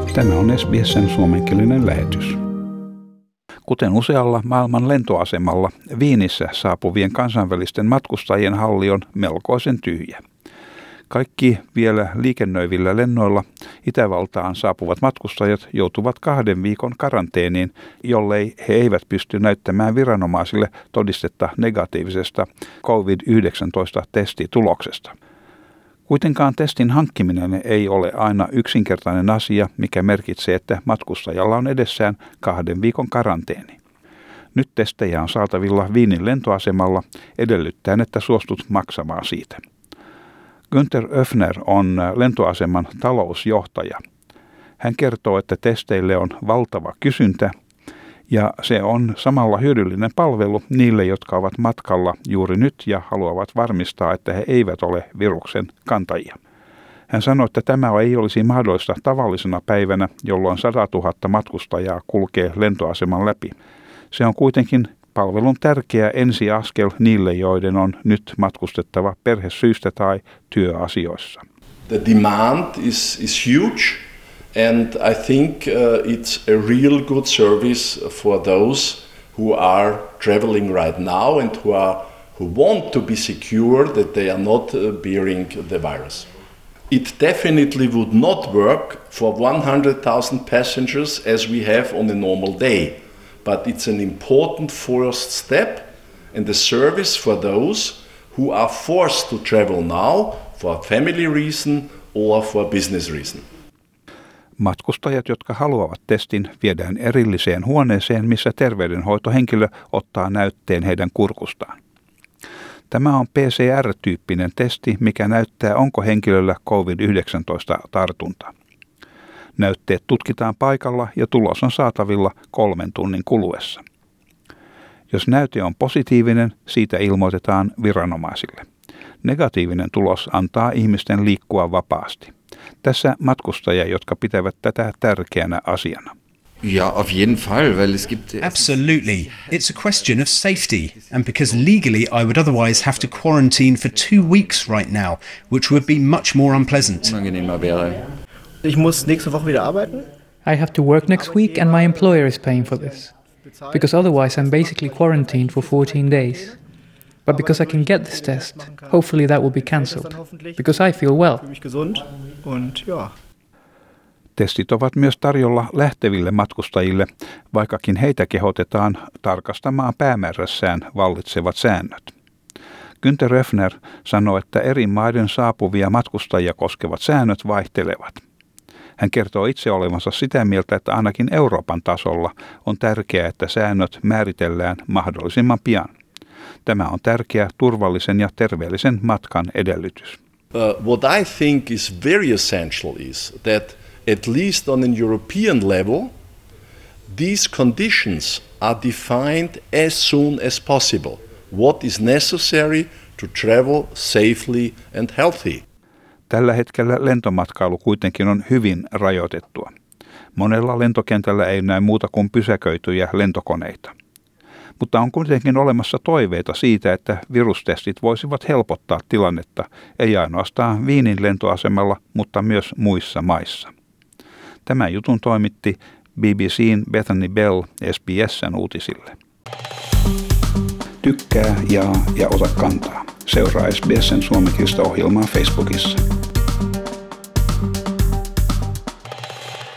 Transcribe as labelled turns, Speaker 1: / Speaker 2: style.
Speaker 1: Tämä on SBS:n suomenkielinen lähetys. Kuten usealla maailman lentoasemalla, Wienissä saapuvien kansainvälisten matkustajien halli on melkoisen tyhjä. Kaikki vielä liikennöivillä lennoilla Itävaltaan saapuvat matkustajat joutuvat 2 viikon karanteeniin, jollei he eivät pysty näyttämään viranomaisille todistetta negatiivisesta COVID-19-testituloksesta. Kuitenkaan testin hankkiminen ei ole aina yksinkertainen asia, mikä merkitsee, että matkustajalla on edessään 2 viikon karanteeni. Nyt testejä on saatavilla Wienin lentoasemalla edellyttäen, että suostut maksamaan siitä. Günther Öffner on lentoaseman talousjohtaja. Hän kertoo, että testeille on valtava kysyntä ja se on samalla hyödyllinen palvelu niille, jotka ovat matkalla juuri nyt ja haluavat varmistaa, että he eivät ole viruksen kantajia. Hän sanoi, että tämä ei olisi mahdollista tavallisena päivänä, jolloin 100 000 matkustajaa kulkee lentoaseman läpi. Se on kuitenkin palvelun tärkeä ensiaskel niille, joiden on nyt matkustettava perhesyistä tai työasioissa.
Speaker 2: The demand is huge and I think it's a real good service for those who are traveling right now and who want to be secure that they are not bearing the virus. It definitely would not work for 100,000 passengers as we have on a normal day. But it's an important first step and the service for those who are forced to travel now for family reason or for business reason.
Speaker 1: Matkustajat, jotka haluavat testin, viedään erilliseen huoneeseen, missä terveydenhoitohenkilö ottaa näytteen heidän kurkustaan. Tämä on PCR-tyyppinen testi, mikä näyttää, onko henkilöllä COVID-19-tartunta. Näytteet tutkitaan paikalla ja tulos on saatavilla 3 tunnin kuluessa. Jos näyte on positiivinen, siitä ilmoitetaan viranomaisille. Negatiivinen tulos antaa ihmisten liikkua vapaasti. Tässä matkustajia, jotka pitävät tätä tärkeänä asiana.
Speaker 3: Ja, auf jeden Fall, weil es gibt...
Speaker 4: Absolutely. It's a question of safety. And because legally I would otherwise have to quarantine for 2 weeks right now, which would be much more unpleasant.
Speaker 3: Unangenehmer wäre.
Speaker 5: Ich muss nächste Woche wieder arbeiten.
Speaker 6: I have to work next week and my employer is paying for this. Because otherwise I'm basically quarantined for 14 days. But because I can get this test, hopefully that will be cancelled. Because I feel well.
Speaker 1: Testit ovat myös tarjolla lähteville matkustajille, vaikkakin heitä kehotetaan tarkastamaan päämäärässään vallitsevat säännöt. Günther Öffner sanoi, että eri maiden saapuvia matkustajia koskevat säännöt vaihtelevat. Hän kertoo itse olevansa sitä mieltä, että ainakin Euroopan tasolla on tärkeää, että säännöt määritellään mahdollisimman pian. Tämä on tärkeä turvallisen ja terveellisen matkan edellytys.
Speaker 2: What I think is very essential is that at least on an European level, these conditions are defined as soon as possible. What is necessary to travel safely and healthy?
Speaker 1: Tällä hetkellä lentomatkailu kuitenkin on hyvin rajoitettua. Monella lentokentällä ei näy muuta kuin pysäköityjä lentokoneita. Mutta on kuitenkin olemassa toiveita siitä, että virustestit voisivat helpottaa tilannetta, ei ainoastaan Wienin lentoasemalla, mutta myös muissa maissa. Tämän jutun toimitti BBC:n Bethany Bell SBS:n uutisille. Tykkää, jaa ja ota kantaa. Seuraa SBS:n suomenkielistä ohjelmaa Facebookissa.